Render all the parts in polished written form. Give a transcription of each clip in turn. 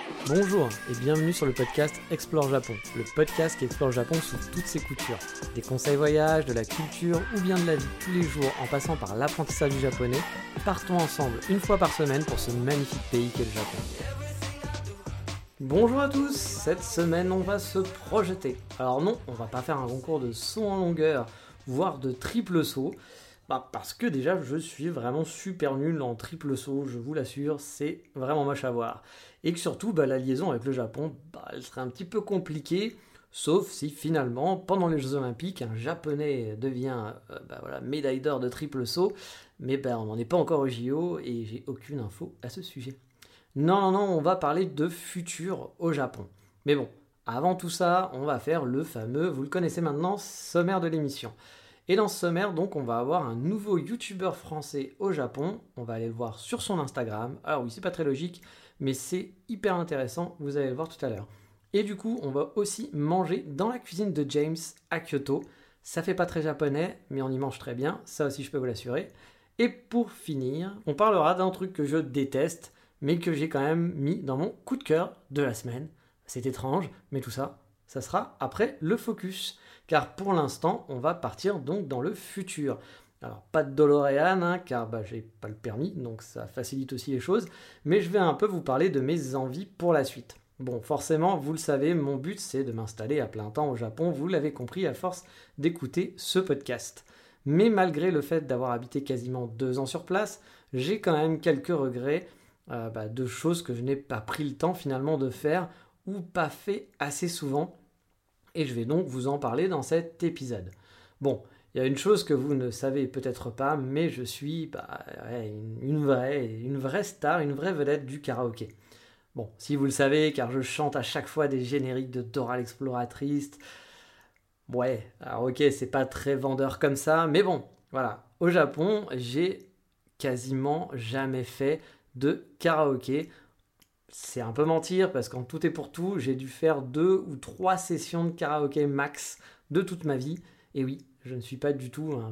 Bonjour et bienvenue sur le podcast Explore Japon, le podcast qui explore le Japon sous toutes ses coutures. Des conseils voyage, de la culture ou bien de la vie tous les jours en passant par l'apprentissage du japonais, partons ensemble une fois par semaine pour ce magnifique pays qu'est le Japon. Bonjour à tous, cette semaine on va se projeter. Alors non, on va pas faire un concours de saut en longueur, voire de triple saut. Parce que déjà je suis vraiment super nul en triple saut, je vous l'assure, c'est vraiment moche à voir. Et que surtout la liaison avec le Japon, elle serait un petit peu compliquée, sauf si finalement pendant les Jeux Olympiques un japonais devient médaille d'or de triple saut, mais on n'en est pas encore au JO et j'ai aucune info à ce sujet. Non, on va parler de futur au Japon. Mais bon, avant tout ça, on va faire le fameux, vous le connaissez maintenant, sommaire de l'émission. Et dans ce sommaire, donc, on va avoir un nouveau youtubeur français au Japon. On va aller le voir sur son Instagram. Alors oui, c'est pas très logique, mais c'est hyper intéressant. Vous allez le voir tout à l'heure. Et du coup, on va aussi manger dans la cuisine de James à Kyoto. Ça fait pas très japonais, mais on y mange très bien. Ça aussi, je peux vous l'assurer. Et pour finir, on parlera d'un truc que je déteste, mais que j'ai quand même mis dans mon coup de cœur de la semaine. C'est étrange, mais tout ça, ça sera après le focus. Car pour l'instant, on va partir donc dans le futur. Alors, pas de DeLorean, car j'ai pas le permis, donc ça facilite aussi les choses. Mais je vais un peu vous parler de mes envies pour la suite. Bon, forcément, vous le savez, mon but, c'est de m'installer à plein temps au Japon. Vous l'avez compris à force d'écouter ce podcast. Mais malgré le fait d'avoir habité quasiment 2 ans sur place, j'ai quand même quelques regrets de choses que je n'ai pas pris le temps finalement de faire ou pas fait assez souvent. Et je vais donc vous en parler dans cet épisode. Bon, il y a une chose que vous ne savez peut-être pas, mais je suis une vraie star, une vraie vedette du karaoké. Bon, si vous le savez, car je chante à chaque fois des génériques de Dora l'exploratrice. Ouais, alors ok, c'est pas très vendeur comme ça, mais bon, voilà. Au Japon, j'ai quasiment jamais fait de karaoké. C'est un peu mentir parce qu'en tout et pour tout, j'ai dû faire 2 ou 3 sessions de karaoké max de toute ma vie. Et oui, je ne suis pas du tout un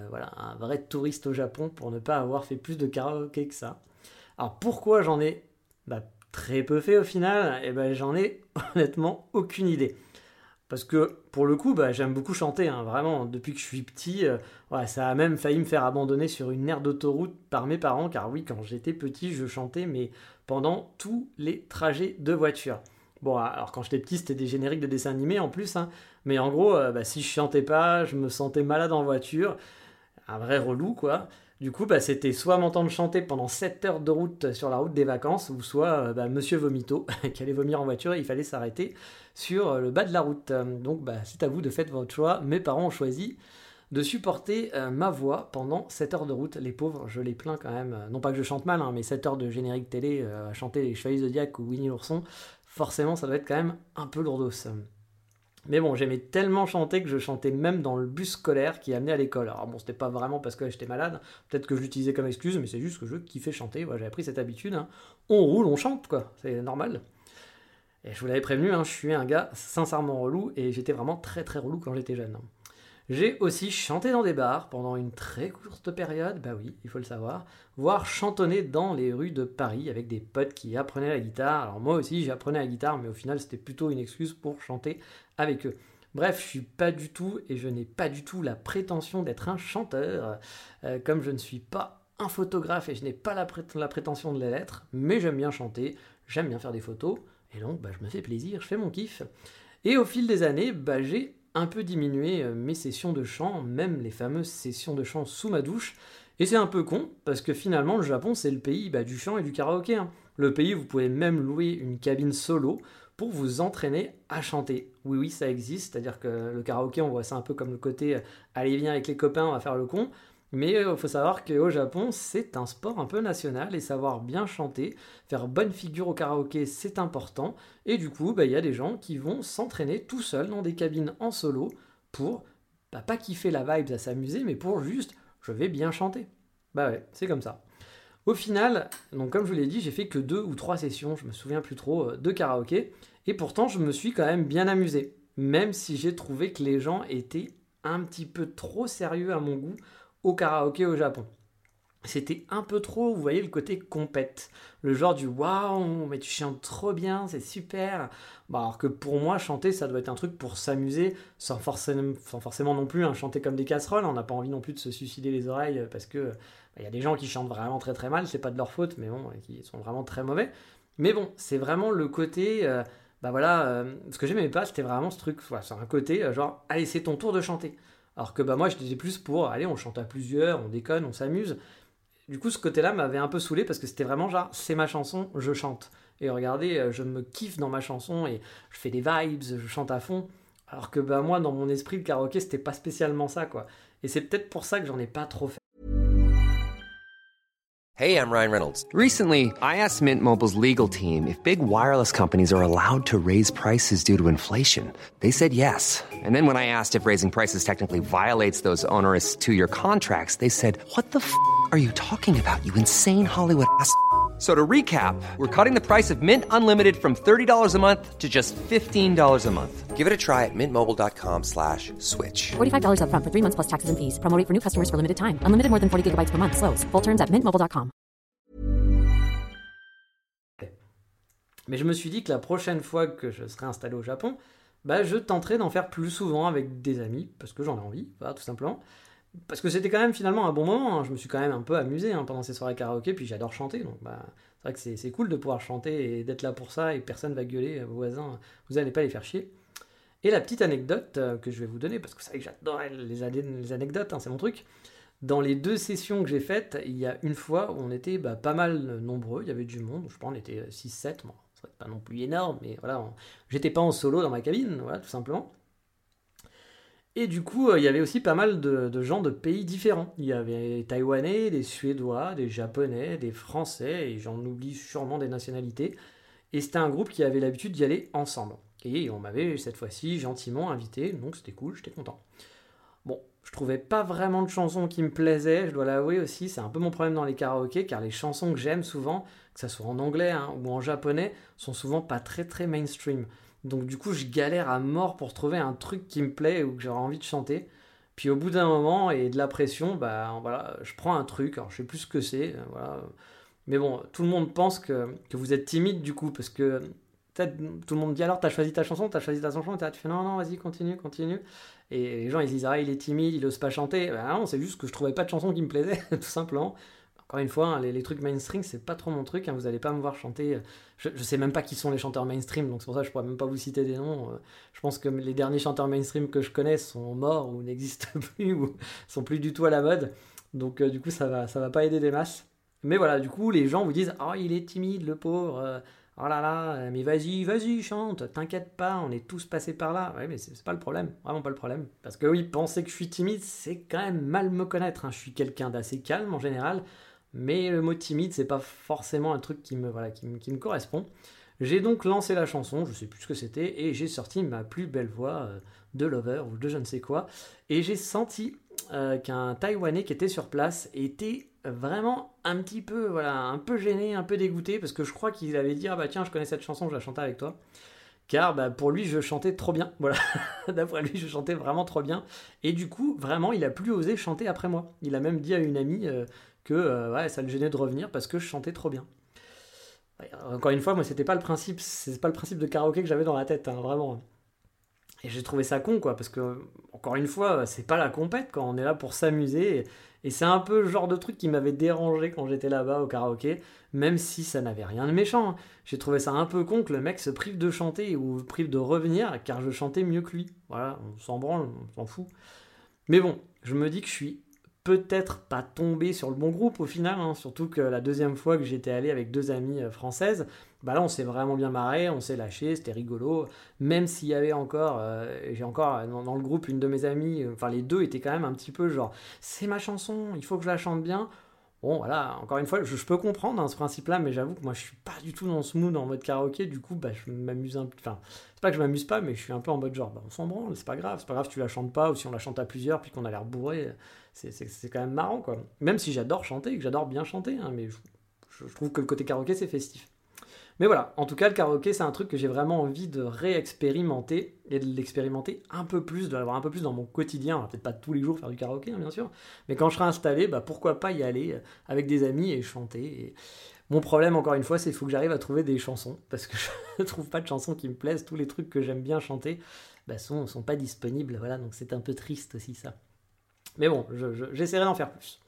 vrai touriste au Japon pour ne pas avoir fait plus de karaoké que ça. Alors pourquoi j'en ai très peu fait au final? J'en ai honnêtement aucune idée. Parce que pour le coup, j'aime beaucoup chanter, vraiment, depuis que je suis petit. Ça a même failli me faire abandonner sur une aire d'autoroute par mes parents, car oui, quand j'étais petit, je chantais, mais pendant tous les trajets de voiture. Bon, alors quand j'étais petit, c'était des génériques de dessins animés en plus, mais en gros, si je chantais pas, je me sentais malade en voiture. Un vrai relou, quoi. Du coup, c'était soit m'entendre chanter pendant 7 heures de route sur la route des vacances, ou soit Monsieur Vomito, qui allait vomir en voiture et il fallait s'arrêter sur le bas de la route. Donc, c'est à vous de faire votre choix. Mes parents ont choisi de supporter ma voix pendant 7 heures de route. Les pauvres, je les plains quand même. Non pas que je chante mal, mais 7 heures de générique télé à chanter les Chevaliers Zodiac ou Winnie l'ourson, forcément, ça doit être quand même un peu lourdos. Mais bon, j'aimais tellement chanter que je chantais même dans le bus scolaire qui amenait à l'école. Alors bon, c'était pas vraiment parce que j'étais malade, peut-être que je l'utilisais comme excuse, mais c'est juste que je kiffais chanter, j'avais pris cette habitude. On roule, on chante, quoi, c'est normal. Et je vous l'avais prévenu, je suis un gars sincèrement relou, et j'étais vraiment très très relou quand j'étais jeune. J'ai aussi chanté dans des bars pendant une très courte période, oui, il faut le savoir, voire chantonner dans les rues de Paris avec des potes qui apprenaient la guitare. Alors moi aussi j'apprenais la guitare, mais au final c'était plutôt une excuse pour chanter avec eux. Bref, je suis pas du tout et je n'ai pas du tout la prétention d'être un chanteur, comme je ne suis pas un photographe et je n'ai pas la prétention de l'être, mais j'aime bien chanter, j'aime bien faire des photos, et donc je me fais plaisir, je fais mon kiff. Et au fil des années, j'ai un peu diminué mes sessions de chant, même les fameuses sessions de chant sous ma douche. Et c'est un peu con, parce que finalement, le Japon, c'est le pays du chant et du karaoké. Le pays où vous pouvez même louer une cabine solo pour vous entraîner à chanter. Oui, ça existe, c'est-à-dire que le karaoké, on voit ça un peu comme le côté « allez, viens avec les copains, on va faire le con ». Mais il faut savoir qu'au Japon, c'est un sport un peu national et savoir bien chanter, faire bonne figure au karaoké, c'est important. Et du coup, il y a des gens qui vont s'entraîner tout seuls dans des cabines en solo pour pas kiffer la vibe à s'amuser, mais pour juste, je vais bien chanter. C'est comme ça. Au final, donc comme je vous l'ai dit, j'ai fait que 2 ou 3 sessions, je me souviens plus trop, de karaoké. Et pourtant, je me suis quand même bien amusé. Même si j'ai trouvé que les gens étaient un petit peu trop sérieux à mon goût au karaoké au Japon. c'était un peu trop, vous voyez, le côté compète. Le genre du waouh, mais tu chantes trop bien, c'est super. Bah, alors que pour moi, chanter, ça doit être un truc pour s'amuser, sans forcément non plus chanter comme des casseroles. On n'a pas envie non plus de se suicider les oreilles parce que il y a des gens qui chantent vraiment très très mal, c'est pas de leur faute, mais bon, qui sont vraiment très mauvais. Mais bon, c'est vraiment le côté. Bah voilà, ce que j'aimais pas, c'était vraiment ce truc. Voilà, c'est un côté genre, allez, c'est ton tour de chanter. Alors que bah moi, je disais plus pour, allez, on chante à plusieurs, on déconne, on s'amuse. Du coup, ce côté-là m'avait un peu saoulé parce que c'était vraiment genre, c'est ma chanson, je chante. Et regardez, je me kiffe dans ma chanson et je fais des vibes, je chante à fond. Alors que bah moi, dans mon esprit, le karaoké, c'était pas spécialement ça, quoi. Et c'est peut-être pour ça que j'en ai pas trop fait. Hey, I'm Ryan Reynolds. Recently, I asked Mint Mobile's legal team if big wireless companies are allowed to raise prices due to inflation. They said yes. And then when I asked if raising prices technically violates those onerous two-year contracts, they said, "What the f*** are you talking about, you insane Hollywood ass?" So to recap, we're cutting the price of Mint Unlimited from $30 a month to just $15 a month. Give it a try at mintmobile.com/switch. $45 up front for 3 months plus taxes and fees. Promo rate for new customers for limited time. Unlimited more than 40 gigabytes per month. Slows full terms at mintmobile.com. Mais je me suis dit que la prochaine fois que je serai installé au Japon, bah je tenterai d'en faire plus souvent avec des amis, parce que j'en ai envie, voilà, tout simplement. Parce que c'était quand même finalement un bon moment, je me suis quand même un peu amusé pendant ces soirées karaoké, puis j'adore chanter, donc bah, c'est vrai que c'est cool de pouvoir chanter et d'être là pour ça, et personne va gueuler, vos voisins, vous n'allez pas les faire chier. Et la petite anecdote que je vais vous donner, parce que vous savez que j'adore les anecdotes, c'est mon truc. Dans les 2 sessions que j'ai faites, il y a une fois où on était pas mal nombreux, il y avait du monde, je pense on était 6-7, bon, c'est pas non plus énorme, mais voilà, j'étais pas en solo dans ma cabine, voilà, tout simplement. Et du coup, il y avait aussi pas mal de gens de pays différents. Il y avait des Taïwanais, des Suédois, des Japonais, des Français, et j'en oublie sûrement des nationalités. Et c'était un groupe qui avait l'habitude d'y aller ensemble. Et on m'avait cette fois-ci gentiment invité, donc c'était cool, j'étais content. Bon, je trouvais pas vraiment de chansons qui me plaisaient, je dois l'avouer aussi, c'est un peu mon problème dans les karaokés, car les chansons que j'aime souvent, que ça soit en anglais ou en japonais, sont souvent pas très très mainstream. Donc du coup, je galère à mort pour trouver un truc qui me plaît ou que j'aurais envie de chanter. Puis au bout d'un moment et de la pression, bah voilà, je prends un truc, alors je sais plus ce que c'est, voilà. Mais bon, tout le monde pense que vous êtes timide du coup, parce que peut-être tout le monde dit alors t'as choisi ta chanson, et tu fais non, vas-y, continue. Et les gens ils disent ah il est timide, il ose pas chanter. Bah non, c'est juste que je trouvais pas de chanson qui me plaisait, tout simplement. Encore une fois, les trucs mainstream, c'est pas trop mon truc, vous allez pas me voir chanter. Je sais même pas qui sont les chanteurs mainstream, donc c'est pour ça que je pourrais même pas vous citer des noms. Je pense que les derniers chanteurs mainstream que je connais sont morts ou n'existent plus ou sont plus du tout à la mode. Donc du coup, ça va pas aider des masses. Mais voilà, du coup, les gens vous disent oh il est timide, le pauvre. Oh là là, mais vas-y, chante, t'inquiète pas, on est tous passés par là. Ouais, mais c'est pas le problème, vraiment pas le problème. Parce que oui, penser que je suis timide, c'est quand même mal me connaître. Je suis quelqu'un d'assez calme en général, mais le mot timide, c'est pas forcément un truc qui me correspond. J'ai donc lancé la chanson, je sais plus ce que c'était, et j'ai sorti ma plus belle voix de Lover ou de je ne sais quoi. Et j'ai senti qu'un Taïwanais qui était sur place était vraiment un petit peu, un peu gêné, un peu dégoûté, parce que je crois qu'il avait dit ah bah tiens, je connais cette chanson, je la chantais avec toi. Car pour lui, je chantais trop bien. Voilà, d'après lui, je chantais vraiment trop bien. Et du coup, vraiment, il a plus osé chanter après moi. Il a même dit à une amie que ça le gênait de revenir parce que je chantais trop bien. Ouais, encore une fois, moi, c'est pas le principe de karaoké que j'avais dans la tête, vraiment. Et j'ai trouvé ça con, quoi, parce que, encore une fois, c'est pas la compète, quand on est là pour s'amuser. Et c'est un peu le genre de truc qui m'avait dérangé quand j'étais là-bas au karaoké, même si ça n'avait rien de méchant. J'ai trouvé ça un peu con que le mec se prive de chanter ou prive de revenir, car je chantais mieux que lui. Voilà, on s'en branle, on s'en fout. Mais bon, je me dis que je suis peut-être pas tombé sur le bon groupe au final, surtout que la deuxième fois que j'étais allé avec 2 amies françaises, là on s'est vraiment bien marré, on s'est lâché, c'était rigolo, même s'il y avait encore, j'ai encore dans le groupe une de mes amies, les deux étaient quand même un petit peu genre c'est ma chanson, il faut que je la chante bien. Bon voilà, encore une fois, je peux comprendre ce principe-là, mais j'avoue que moi je suis pas du tout dans ce mood en mode karaoké, du coup je m'amuse un peu, c'est pas que je m'amuse pas, mais je suis un peu en mode genre on s'en branle, c'est pas grave si tu la chantes pas, ou si on la chante à plusieurs puis qu'on a l'air bourré, c'est quand même marrant quoi. Même si j'adore chanter, et que j'adore bien chanter, mais je trouve que le côté karaoké c'est festif. Mais voilà, en tout cas, le karaoké, c'est un truc que j'ai vraiment envie de réexpérimenter et de l'expérimenter un peu plus, de l'avoir un peu plus dans mon quotidien. Alors, peut-être pas tous les jours faire du karaoké, hein, bien sûr, mais quand je serai installé, pourquoi pas y aller avec des amis et chanter. Et mon problème, encore une fois, c'est qu'il faut que j'arrive à trouver des chansons, parce que je ne trouve pas de chansons qui me plaisent. Tous les trucs que j'aime bien chanter sont pas disponibles, voilà, donc c'est un peu triste aussi ça. Mais bon, j'essaierai d'en faire plus.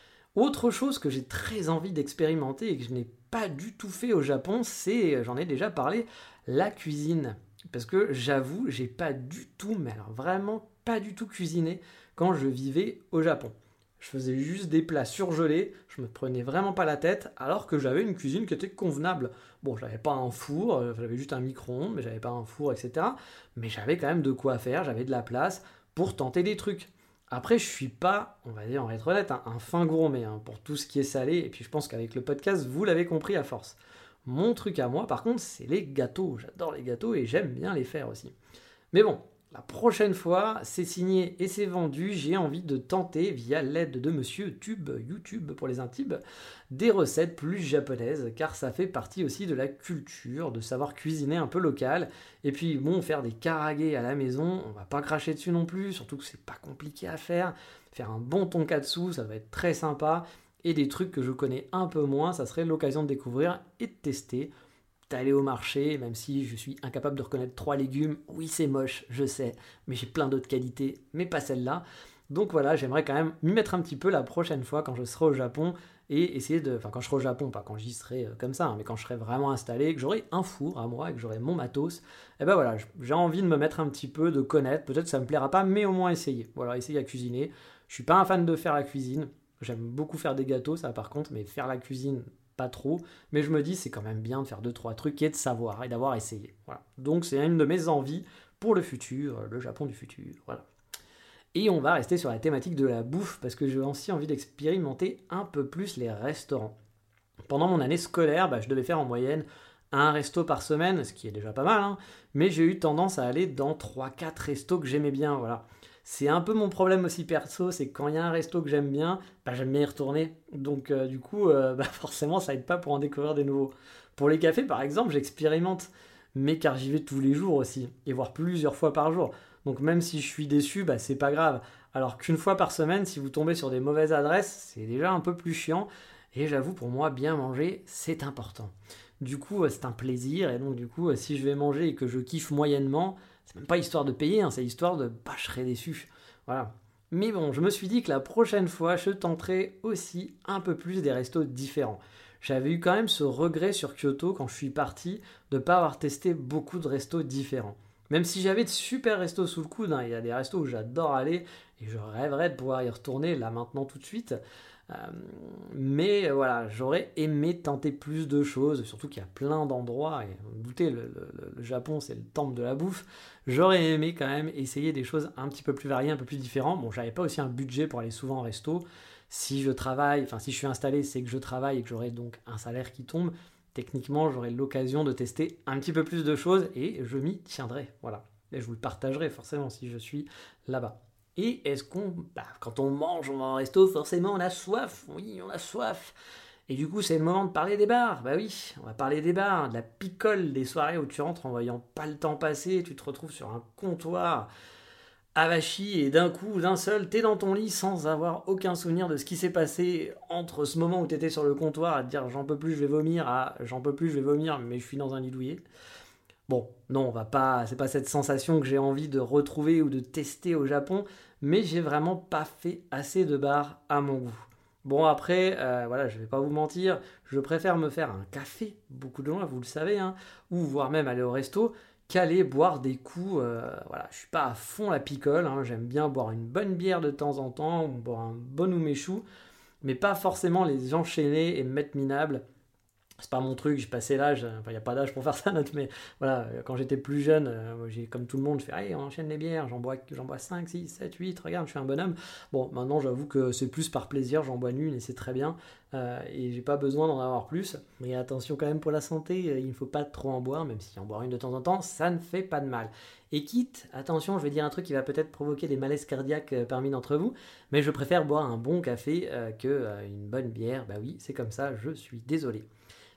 Autre chose que j'ai très envie d'expérimenter et que je n'ai pas du tout fait au Japon, c'est, j'en ai déjà parlé, la cuisine. Parce que j'avoue, j'ai pas du tout, mais alors vraiment pas du tout cuisiné quand je vivais au Japon. Je faisais juste des plats surgelés, je me prenais vraiment pas la tête, alors que j'avais une cuisine qui était convenable. Bon, j'avais pas un four, j'avais juste un micro-ondes, mais j'avais pas un four, etc. Mais j'avais quand même de quoi faire, j'avais de la place pour tenter des trucs. Après, je suis pas, on va dire, on va être honnête, un fin gourmet pour tout ce qui est salé. Et puis je pense qu'avec le podcast, vous l'avez compris à force. Mon truc à moi, par contre, c'est les gâteaux. J'adore les gâteaux et j'aime bien les faire aussi. Mais bon, la prochaine fois, c'est signé et c'est vendu. J'ai envie de tenter, via l'aide de monsieur YouTube pour les intimes, des recettes plus japonaises, car ça fait partie aussi de la culture, de savoir cuisiner un peu local. Et puis bon, faire des karaage à la maison, on va pas cracher dessus non plus, surtout que c'est pas compliqué à faire. Faire un bon tonkatsu, ça va être très sympa. Et des trucs que je connais un peu moins, ça serait l'occasion de découvrir et de tester. D'aller au marché, même si je suis incapable de reconnaître 3 légumes, oui c'est moche, je sais, mais j'ai plein d'autres qualités, mais pas celle-là. Donc voilà, j'aimerais quand même m'y mettre un petit peu la prochaine fois quand je serai au Japon et essayer de... Enfin quand je serai au Japon, pas quand j'y serai comme ça, mais quand je serai vraiment installé, que j'aurai un four à moi et que j'aurai mon matos, et ben voilà, j'ai envie de me mettre un petit peu, de connaître, peut-être que ça me plaira pas, mais au moins essayer. Voilà, essayer à cuisiner. Je suis pas un fan de faire la cuisine, j'aime beaucoup faire des gâteaux, ça par contre, mais faire la cuisine... pas trop, mais je me dis c'est quand même bien de faire 2-3 trucs et de savoir et d'avoir essayé. Voilà. Donc c'est une de mes envies pour le futur, le Japon du futur. Voilà. Et on va rester sur la thématique de la bouffe parce que j'ai aussi envie d'expérimenter un peu plus les restaurants. Pendant mon année scolaire, je devais faire en moyenne un resto par semaine, ce qui est déjà pas mal, mais j'ai eu tendance à aller dans 3-4 restos que j'aimais bien. Voilà. C'est un peu mon problème aussi perso, c'est que quand il y a un resto que j'aime bien y retourner. Donc du coup, forcément, ça aide pas pour en découvrir des nouveaux. Pour les cafés, par exemple, j'expérimente, mais car j'y vais tous les jours aussi, et voire plusieurs fois par jour. Donc même si je suis déçu, c'est pas grave. Alors qu'une fois par semaine, si vous tombez sur des mauvaises adresses, c'est déjà un peu plus chiant. Et j'avoue, pour moi, bien manger, c'est important. Du coup, c'est un plaisir, et donc du coup, si je vais manger et que je kiffe moyennement, c'est même pas histoire de payer, c'est histoire de je serai déçu. Voilà. Mais bon, je me suis dit que la prochaine fois, je tenterai aussi un peu plus des restos différents. J'avais eu quand même ce regret sur Kyoto quand je suis parti de ne pas avoir testé beaucoup de restos différents. Même si j'avais de super restos sous le coude, il y a des restos où j'adore aller et je rêverais de pouvoir y retourner là maintenant tout de suite. Mais voilà, j'aurais aimé tenter plus de choses, surtout qu'il y a plein d'endroits, et vous doutez, le Japon c'est le temple de la bouffe. J'aurais aimé quand même essayer des choses un petit peu plus variées, un peu plus différentes. Bon, j'avais pas aussi un budget pour aller souvent en resto. Si je travaille, si je suis installé, c'est que je travaille et que j'aurai donc un salaire qui tombe. Techniquement, j'aurai l'occasion de tester un petit peu plus de choses et je m'y tiendrai. Voilà. Et je vous le partagerai forcément si je suis là-bas. Et est-ce qu'on... quand on mange en resto, forcément on a soif. Oui, on a soif. Et du coup, c'est le moment de parler des bars. Oui, on va parler des bars, de la picole, des soirées où tu rentres en voyant pas le temps passer, tu te retrouves sur un comptoir avachi et d'un coup, d'un seul, t'es dans ton lit sans avoir aucun souvenir de ce qui s'est passé entre ce moment où t'étais sur le comptoir à te dire j'en peux plus, je vais vomir, à j'en peux plus, je vais vomir, mais je suis dans un lit douillet. Bon, non, c'est pas cette sensation que j'ai envie de retrouver ou de tester au Japon, mais j'ai vraiment pas fait assez de bars à mon goût. Bon après, je vais pas vous mentir, je préfère me faire un café, beaucoup de gens, vous le savez, ou voire même aller au resto, qu'aller boire des coups. Je suis pas à fond la picole, j'aime bien boire une bonne bière de temps en temps, ou boire un bon umeshu, mais pas forcément les enchaîner et me mettre minable. C'est pas mon truc, j'ai passé l'âge, il n'y a pas d'âge pour faire ça, mais voilà, quand j'étais plus jeune, comme tout le monde, je fais allez, on enchaîne les bières, j'en bois 5, 6, 7, 8, regarde, je suis un bonhomme. Bon, maintenant j'avoue que c'est plus par plaisir, j'en bois une et c'est très bien, et j'ai pas besoin d'en avoir plus. Mais attention quand même pour la santé, il ne faut pas trop en boire, même si en boire une de temps en temps, ça ne fait pas de mal. Et quitte, attention, je vais dire un truc qui va peut-être provoquer des malaises cardiaques parmi d'entre vous, mais je préfère boire un bon café qu'une bonne bière, oui, c'est comme ça, je suis désolé.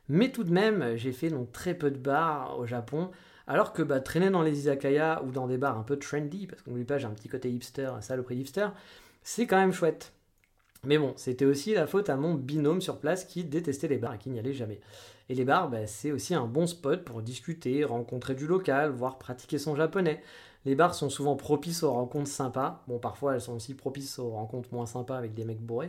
Mais tout de même, j'ai fait donc très peu de bars au Japon, alors que traîner dans les izakaya ou dans des bars un peu trendy, parce qu'on n'oublie pas, j'ai un petit côté hipster, un saloperie hipster, c'est quand même chouette. Mais bon, c'était aussi la faute à mon binôme sur place qui détestait les bars et qui n'y allait jamais. Et les bars, c'est aussi un bon spot pour discuter, rencontrer du local, voire pratiquer son japonais. Les bars sont souvent propices aux rencontres sympas. Bon, parfois elles sont aussi propices aux rencontres moins sympas avec des mecs bourrés.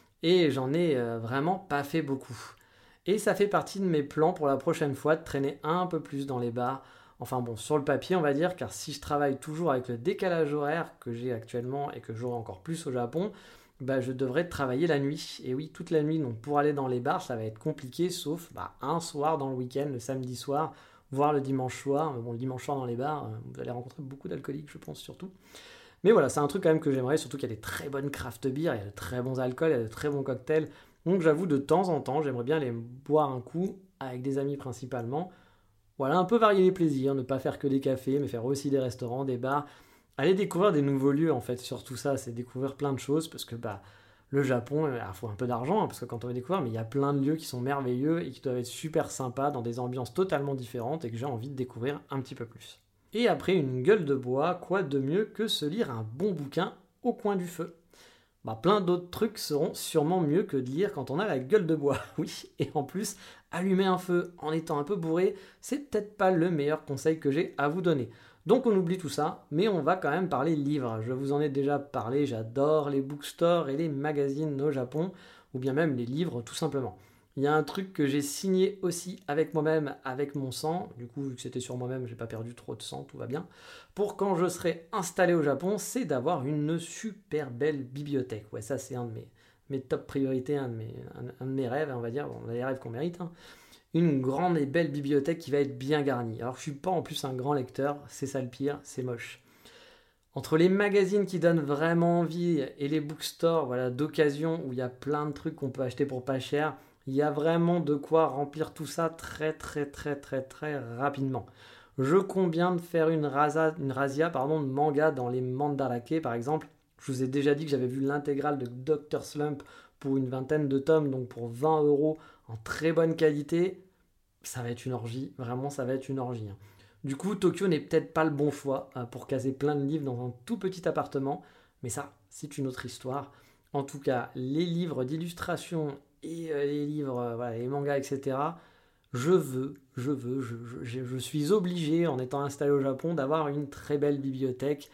Et j'en ai vraiment pas fait beaucoup. Et ça fait partie de mes plans pour la prochaine fois de traîner un peu plus dans les bars. Enfin bon, sur le papier on va dire, car si je travaille toujours avec le décalage horaire que j'ai actuellement et que j'aurai encore plus au Japon, je devrais travailler la nuit. Et oui, toute la nuit, donc pour aller dans les bars, ça va être compliqué, sauf un soir dans le week-end, le samedi soir, voire le dimanche soir. Mais bon, le dimanche soir dans les bars, vous allez rencontrer beaucoup d'alcooliques, je pense surtout. Mais voilà, c'est un truc quand même que j'aimerais, surtout qu'il y a des très bonnes craft beer, il y a de très bons alcools, il y a de très bons cocktails. Donc j'avoue, de temps en temps, j'aimerais bien aller boire un coup, avec des amis principalement. Voilà, un peu varier les plaisirs, ne pas faire que des cafés, mais faire aussi des restaurants, des bars. Aller découvrir des nouveaux lieux, en fait, surtout ça, c'est découvrir plein de choses, parce que le Japon, il faut un peu d'argent, parce que quand on va découvrir, mais il y a plein de lieux qui sont merveilleux et qui doivent être super sympas, dans des ambiances totalement différentes, et que j'ai envie de découvrir un petit peu plus. Et après une gueule de bois, quoi de mieux que se lire un bon bouquin au coin du feu ? Plein d'autres trucs seront sûrement mieux que de lire quand on a la gueule de bois, oui, et en plus, allumer un feu en étant un peu bourré, c'est peut-être pas le meilleur conseil que j'ai à vous donner. Donc on oublie tout ça, mais on va quand même parler livres. Je vous en ai déjà parlé, j'adore les bookstores et les magazines au Japon, ou bien même les livres tout simplement. Il y a un truc que j'ai signé aussi avec moi-même, avec mon sang, du coup vu que c'était sur moi-même, j'ai pas perdu trop de sang, tout va bien, pour quand je serai installé au Japon, c'est d'avoir une super belle bibliothèque. Ouais, ça c'est un de mes top priorités, un de mes rêves, on va dire, on a les rêves qu'on mérite, hein. Une grande et belle bibliothèque qui va être bien garnie. Alors je suis pas en plus un grand lecteur, c'est ça le pire, c'est moche. Entre les magazines qui donnent vraiment envie et les bookstores d'occasion où il y a plein de trucs qu'on peut acheter pour pas cher, il y a vraiment de quoi remplir tout ça très très très très très rapidement. Je compte bien de faire une razzia de manga dans les mandarake par exemple. Je vous ai déjà dit que j'avais vu l'intégrale de Dr. Slump pour une 20aine de tomes, donc pour 20€ en très bonne qualité. Ça va être une orgie, vraiment ça va être une orgie. Du coup, Tokyo n'est peut-être pas le bon choix pour caser plein de livres dans un tout petit appartement, mais ça, c'est une autre histoire. En tout cas, les livres d'illustration et les livres, les mangas, etc., je suis obligé, en étant installé au Japon, d'avoir une très belle bibliothèque.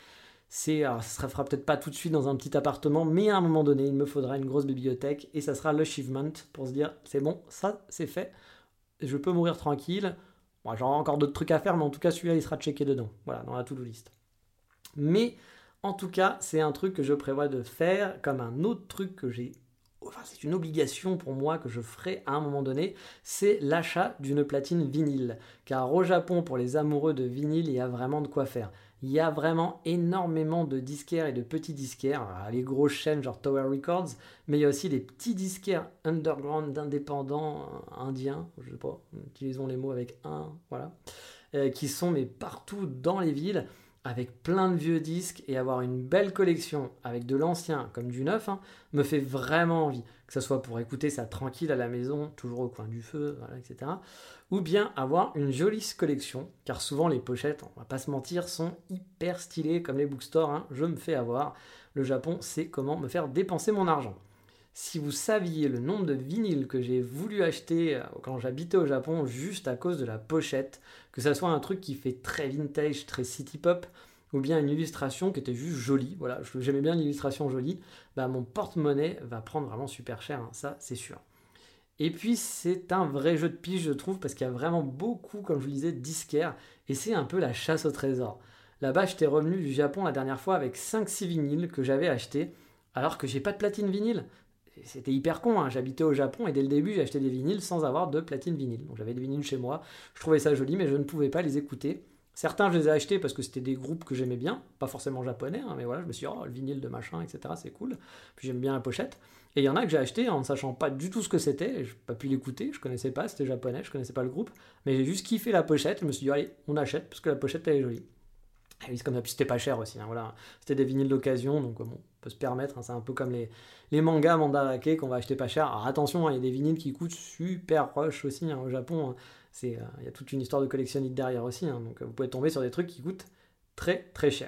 Ça ne fera peut-être pas tout de suite dans un petit appartement, mais à un moment donné, il me faudra une grosse bibliothèque, et ça sera l'achievement pour se dire, c'est bon, ça, c'est fait, je peux mourir tranquille. Bon, j'aurai encore d'autres trucs à faire, mais en tout cas, celui-là, il sera checké dedans, voilà, dans la to-do list. Mais, en tout cas, c'est un truc que je prévois de faire, comme un autre truc que c'est une obligation pour moi que je ferai à un moment donné, c'est l'achat d'une platine vinyle. Car au Japon, pour les amoureux de vinyle, il y a vraiment de quoi faire. Il y a vraiment énormément de disquaires et de petits disquaires, les grosses chaînes genre Tower Records, mais il y a aussi les petits disquaires underground d'indépendants indiens, je sais pas, utilisons les mots avec un, voilà, qui sont partout dans les villes, avec plein de vieux disques, et avoir une belle collection avec de l'ancien comme du neuf, me fait vraiment envie. Que ce soit pour écouter ça tranquille à la maison, toujours au coin du feu, etc. Ou bien avoir une jolie collection, car souvent les pochettes, on va pas se mentir, sont hyper stylées comme les bookstores, je me fais avoir. Le Japon sait comment me faire dépenser mon argent. Si vous saviez le nombre de vinyles que j'ai voulu acheter quand j'habitais au Japon juste à cause de la pochette, que ça soit un truc qui fait très vintage, très city pop, ou bien une illustration qui était juste jolie, voilà, j'aimais bien l'illustration jolie, mon porte-monnaie va prendre vraiment super cher, ça c'est sûr. Et puis c'est un vrai jeu de pige je trouve, parce qu'il y a vraiment beaucoup, comme je vous le disais, disquaires, et c'est un peu la chasse au trésor. Là-bas j'étais revenu du Japon la dernière fois avec 5-6 vinyles que j'avais achetés, alors que j'ai pas de platine vinyle. C'était hyper con, j'habitais au Japon et dès le début j'ai acheté des vinyles sans avoir de platine vinyle. Donc j'avais des vinyles chez moi, je trouvais ça joli mais je ne pouvais pas les écouter. Certains je les ai achetés parce que c'était des groupes que j'aimais bien, pas forcément japonais, mais voilà, je me suis dit le vinyle de machin, etc. c'est cool. Puis j'aime bien la pochette. Et il y en a que j'ai acheté en ne sachant pas du tout ce que c'était, je n'ai pas pu l'écouter, je connaissais pas, c'était japonais, je connaissais pas le groupe, mais j'ai juste kiffé la pochette, je me suis dit allez, on achète parce que la pochette elle est jolie. Et oui, c'est comme ça, puis c'était pas cher aussi, hein, voilà. C'était des vinyles d'occasion, donc bon, on peut se permettre, hein, c'est un peu comme les mangas mandarake qu'on va acheter pas cher. Alors attention, hein, il y a des vinyles qui coûtent super rush aussi, hein, au Japon, hein. Il y a toute une histoire de collectionnite derrière aussi, hein, donc vous pouvez tomber sur des trucs qui coûtent très très cher.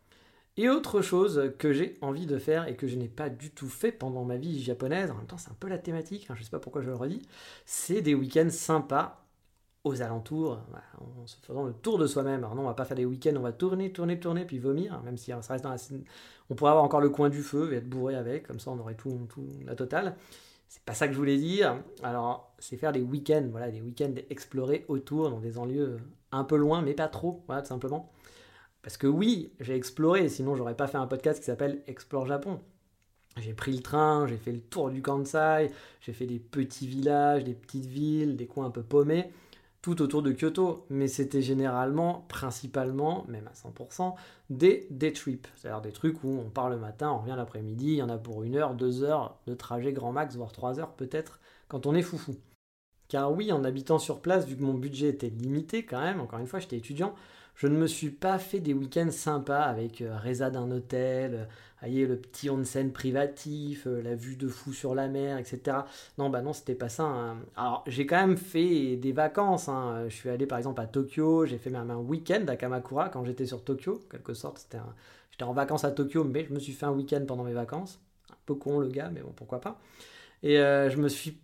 Et autre chose que j'ai envie de faire et que je n'ai pas du tout fait pendant ma vie japonaise, en même temps c'est un peu la thématique, hein, je sais pas pourquoi je le redis, c'est des week-ends sympas aux alentours, voilà, en se faisant le tour de soi-même. Alors non, on va pas faire des week-ends, on va tourner, puis vomir, même si ça reste dans la scène. On pourrait avoir encore le coin du feu et être bourré avec, comme ça on aurait tout la totale. C'est pas ça que je voulais dire. Alors, c'est faire des week-ends, voilà, des week-ends explorés autour, dans des lieux un peu loin, mais pas trop, voilà, tout simplement. Parce que oui, j'ai exploré, sinon j'aurais pas fait un podcast qui s'appelle Explore Japon. J'ai pris le train, j'ai fait le tour du Kansai, j'ai fait des petits villages, des petites villes, des coins un peu paumés, tout autour de Kyoto. Mais c'était généralement, principalement, même à 100%, des day trips. C'est-à-dire des trucs où on part le matin, on revient l'après-midi, il y en a pour 1 heure, 2 heures de trajet grand max, voire 3 heures peut-être, quand on est foufou. Car oui, en habitant sur place, vu que mon budget était limité quand même, encore une fois, j'étais étudiant, je ne me suis pas fait des week-ends sympas avec résa d'un hôtel, le petit onsen privatif, la vue de fou sur la mer, etc. Non, bah non, c'était pas ça, hein. Alors, j'ai quand même fait des vacances, hein. Je suis allé par exemple à Tokyo, j'ai fait même un week-end à Kamakura quand j'étais sur Tokyo, en quelque sorte. J'étais en vacances à Tokyo, mais je me suis fait un week-end pendant mes vacances. Un peu con le gars, mais bon, pourquoi pas. Et je me suis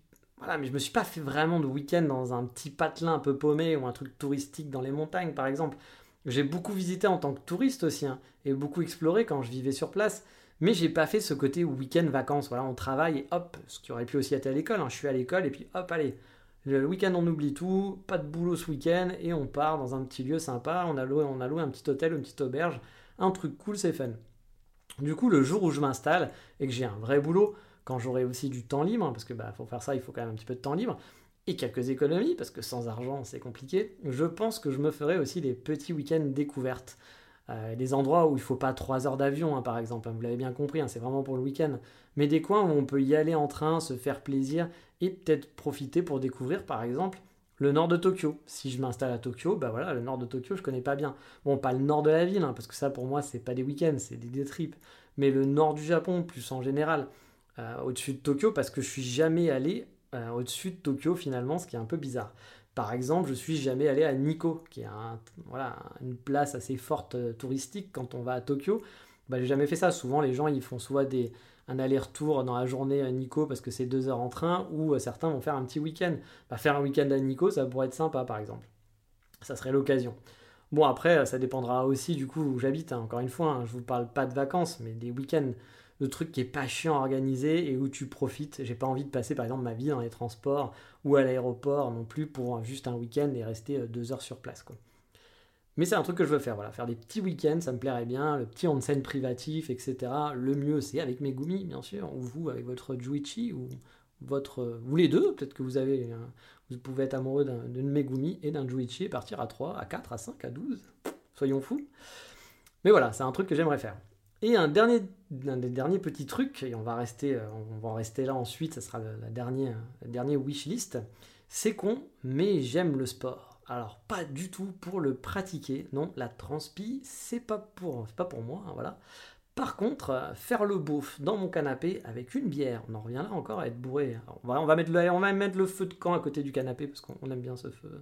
pas fait vraiment de week-end dans un petit patelin un peu paumé ou un truc touristique dans les montagnes, par exemple. J'ai beaucoup visité en tant que touriste aussi, hein, et beaucoup exploré quand je vivais sur place, mais j'ai pas fait ce côté week-end vacances. Voilà, on travaille et hop, ce qui aurait pu aussi être à l'école, hein. Je suis à l'école et puis hop, allez, le week-end on oublie tout, pas de boulot ce week-end et on part dans un petit lieu sympa. On a loué un petit hôtel, une petite auberge, un truc cool, c'est fun. Du coup, le jour où je m'installe et que j'ai un vrai boulot, quand j'aurai aussi du temps libre, hein, parce que pour faire ça, il faut quand même un petit peu de temps libre, et quelques économies, parce que sans argent, c'est compliqué, je pense que je me ferai aussi des petits week-ends découvertes. Des endroits où il ne faut pas 3 heures d'avion, hein, par exemple, hein, vous l'avez bien compris, hein, c'est vraiment pour le week-end. Mais des coins où on peut y aller en train, se faire plaisir, et peut-être profiter pour découvrir, par exemple, le nord de Tokyo. Si je m'installe à Tokyo, bah voilà, le nord de Tokyo, je connais pas bien. Bon, pas le nord de la ville, hein, parce que ça, pour moi, c'est pas des week-ends, c'est des day trips. Mais le nord du Japon, plus en général, au-dessus de Tokyo, parce que je suis jamais allé au-dessus de Tokyo, finalement, ce qui est un peu bizarre. Par exemple, je suis jamais allé à Nikko, qui est une place assez forte touristique quand on va à Tokyo. Bah, j'ai jamais fait ça. Souvent, les gens ils font soit un aller-retour dans la journée à Nikko parce que c'est 2 heures en train, ou certains vont faire un petit week-end. Bah, faire un week-end à Nikko, ça pourrait être sympa, par exemple. Ça serait l'occasion. Bon, après, ça dépendra aussi du coup où j'habite, hein. Encore une fois, hein, je vous parle pas de vacances, mais des week-ends, de trucs qui est pas chiant à organiser et où tu profites. J'ai pas envie de passer par exemple ma vie dans les transports ou à l'aéroport non plus pour juste un week-end et rester 2 heures sur place, quoi. Mais c'est un truc que je veux faire, voilà, faire des petits week-ends, ça me plairait bien, le petit onsen privatif, etc. Le mieux c'est avec Megumi, bien sûr, ou vous avec votre Juichi, ou vous les deux, peut-être que vous pouvez être amoureux d'une Megumi et d'un Juichi et partir à 3, à 4, à 5, à 12, soyons fous. Mais voilà, c'est un truc que j'aimerais faire. Et un des derniers petits trucs, et on va en rester là ensuite, ça sera le dernier wishlist, c'est mais j'aime le sport. Alors pas du tout pour le pratiquer, non, la transpi, c'est pas pour moi, hein, voilà. Par contre, faire le beauf dans mon canapé avec une bière, on en revient là encore à être bourré. Alors, on va mettre le feu de camp à côté du canapé parce qu'on aime bien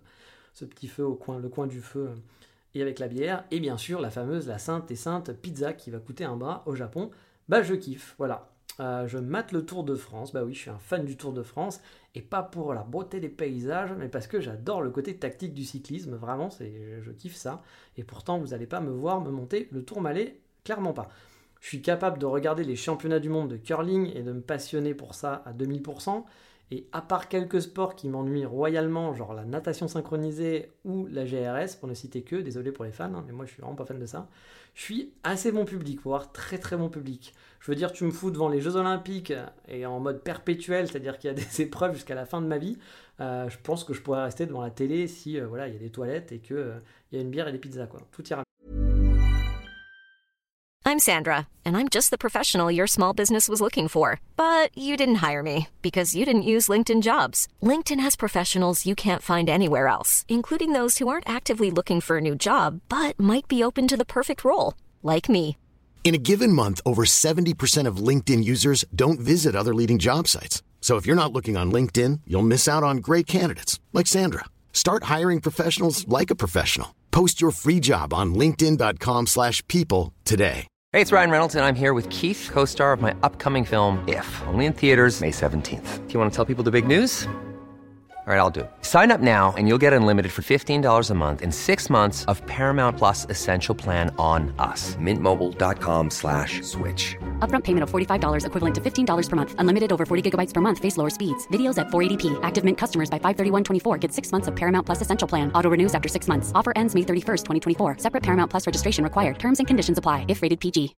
ce petit feu le coin du feu. Et avec la bière, et bien sûr la sainte et sainte pizza qui va coûter un bras au Japon, bah je kiffe, voilà. Je mate le Tour de France, bah oui, je suis un fan du Tour de France, et pas pour la beauté des paysages, mais parce que j'adore le côté tactique du cyclisme, vraiment, je kiffe ça, et pourtant vous n'allez pas me voir me monter le Tourmalet, clairement pas. Je suis capable de regarder les championnats du monde de curling et de me passionner pour ça à 2000%, et à part quelques sports qui m'ennuient royalement, genre la natation synchronisée ou la GRS, pour ne citer que, désolé pour les fans, hein, mais moi je suis vraiment pas fan de ça, je suis assez bon public, voire très très bon public. Je veux dire, tu me fous devant les Jeux Olympiques et en mode perpétuel, c'est-à-dire qu'il y a des épreuves jusqu'à la fin de ma vie, je pense que je pourrais rester devant la télé si il y a des toilettes et qu'il y a une bière et des pizzas, quoi. Tout ira. I'm Sandra, and I'm just the professional your small business was looking for. But you didn't hire me because you didn't use LinkedIn Jobs. LinkedIn has professionals you can't find anywhere else, including those who aren't actively looking for a new job, but might be open to the perfect role, like me. In a given month, over 70% of LinkedIn users don't visit other leading job sites. So if you're not looking on LinkedIn, you'll miss out on great candidates like Sandra. Start hiring professionals like a professional. Post your free job on linkedin.com/people today. Hey, it's Ryan Reynolds, and I'm here with Keith, co-star of my upcoming film, If, only in theaters May 17th. Do you want to tell people the big news? All right, I'll do it. Sign up now and you'll get unlimited for $15 a month and 6 months of Paramount Plus Essential Plan on us. MintMobile.com/switch. Upfront payment of $45 equivalent to $15 per month. Unlimited over 40 gigabytes per month. Face lower speeds. Videos at 480p. Active Mint customers by 531.24 get 6 months of Paramount Plus Essential Plan. Auto renews after 6 months. Offer ends May 31st, 2024. Separate Paramount Plus registration required. Terms and conditions apply if rated PG.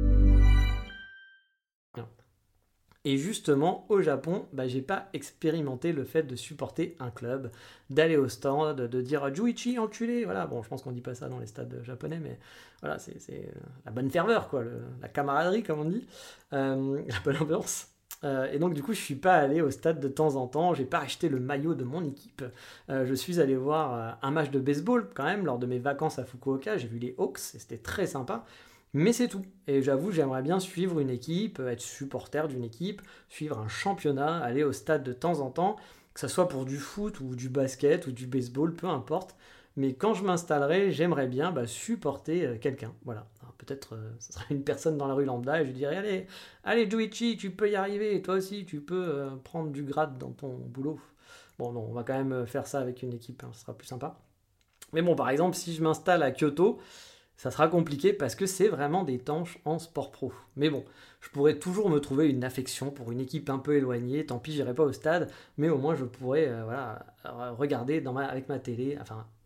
Et justement, au Japon, j'ai pas expérimenté le fait de supporter un club, d'aller au stand, de dire « Juichi, enculé !» Voilà, bon, je pense qu'on dit pas ça dans les stades japonais, mais voilà, c'est la bonne ferveur, quoi, la camaraderie, comme on dit, la bonne ambiance. Et donc, du coup, je suis pas allé au stade de temps en temps, j'ai pas acheté le maillot de mon équipe. Je suis allé voir un match de baseball, quand même, lors de mes vacances à Fukuoka, j'ai vu les Hawks, et c'était très sympa. Mais c'est tout. Et j'avoue, j'aimerais bien suivre une équipe, être supporter d'une équipe, suivre un championnat, aller au stade de temps en temps, que ce soit pour du foot ou du basket ou du baseball, peu importe. Mais quand je m'installerai, j'aimerais bien supporter quelqu'un. Voilà. Alors, peut-être ce serait une personne dans la rue lambda et je dirais allez Juichi, tu peux y arriver. Toi aussi, tu peux prendre du grade dans ton boulot. Bon, non, on va quand même faire ça avec une équipe, ce sera plus sympa. Mais bon, par exemple, si je m'installe à Kyoto, ça sera compliqué parce que c'est vraiment des tanches en sport pro. Mais bon, je pourrais toujours me trouver une affection pour une équipe un peu éloignée. Tant pis, j'irai pas au stade, mais au moins je pourrais regarder dans ma télé,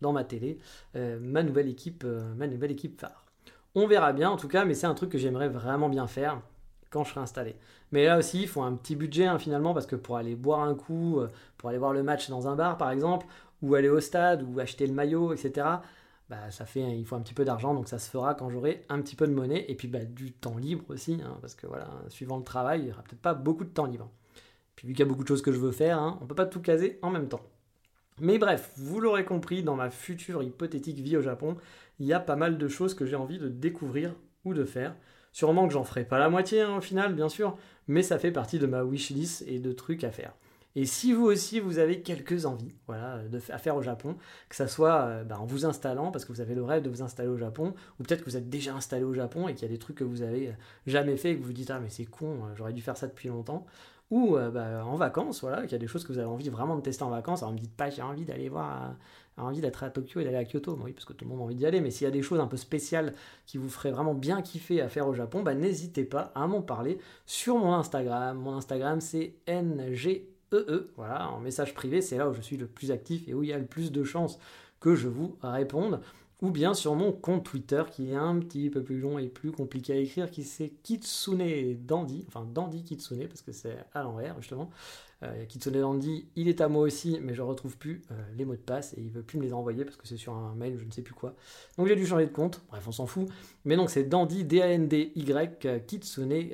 ma nouvelle équipe phare. On verra bien en tout cas, mais c'est un truc que j'aimerais vraiment bien faire quand je serai installé. Mais là aussi, il faut un petit budget finalement, parce que pour aller boire un coup, pour aller voir le match dans un bar par exemple, ou aller au stade, ou acheter le maillot, etc., il faut un petit peu d'argent, donc ça se fera quand j'aurai un petit peu de monnaie, et puis du temps libre aussi, parce que voilà, suivant le travail, il n'y aura peut-être pas beaucoup de temps libre. Puis vu qu'il y a beaucoup de choses que je veux faire, on ne peut pas tout caser en même temps. Mais bref, vous l'aurez compris, dans ma future hypothétique vie au Japon, il y a pas mal de choses que j'ai envie de découvrir ou de faire. Sûrement que j'en ferai pas la moitié au final, bien sûr, mais ça fait partie de ma wishlist et de trucs à faire. Et si vous aussi, vous avez quelques envies à faire au Japon, que ça soit en vous installant, parce que vous avez le rêve de vous installer au Japon, ou peut-être que vous êtes déjà installé au Japon et qu'il y a des trucs que vous avez jamais fait et que vous vous dites « Ah mais c'est con, j'aurais dû faire ça depuis longtemps », ou en vacances, qu'il y a des choses que vous avez envie vraiment de tester en vacances. Alors ne me dites pas « J'ai envie d'aller envie d'être à Tokyo et d'aller à Kyoto », oui, parce que tout le monde a envie d'y aller, mais s'il y a des choses un peu spéciales qui vous feraient vraiment bien kiffer à faire au Japon, n'hésitez pas à m'en parler sur mon Instagram. Mon Instagram, c'est NG voilà, en message privé, c'est là où je suis le plus actif et où il y a le plus de chances que je vous réponde, ou bien sur mon compte Twitter qui est un petit peu plus long et plus compliqué à écrire, qui c'est Kitsune Dandy, enfin Dandy Kitsune parce que c'est à l'envers justement. Kitsune Dandy, il est à moi aussi, mais je retrouve plus les mots de passe et il veut plus me les envoyer parce que c'est sur un mail, je ne sais plus quoi. Donc j'ai dû changer de compte, bref on s'en fout. Mais donc c'est Dandy, D-A-N-D-Y, Kitsune,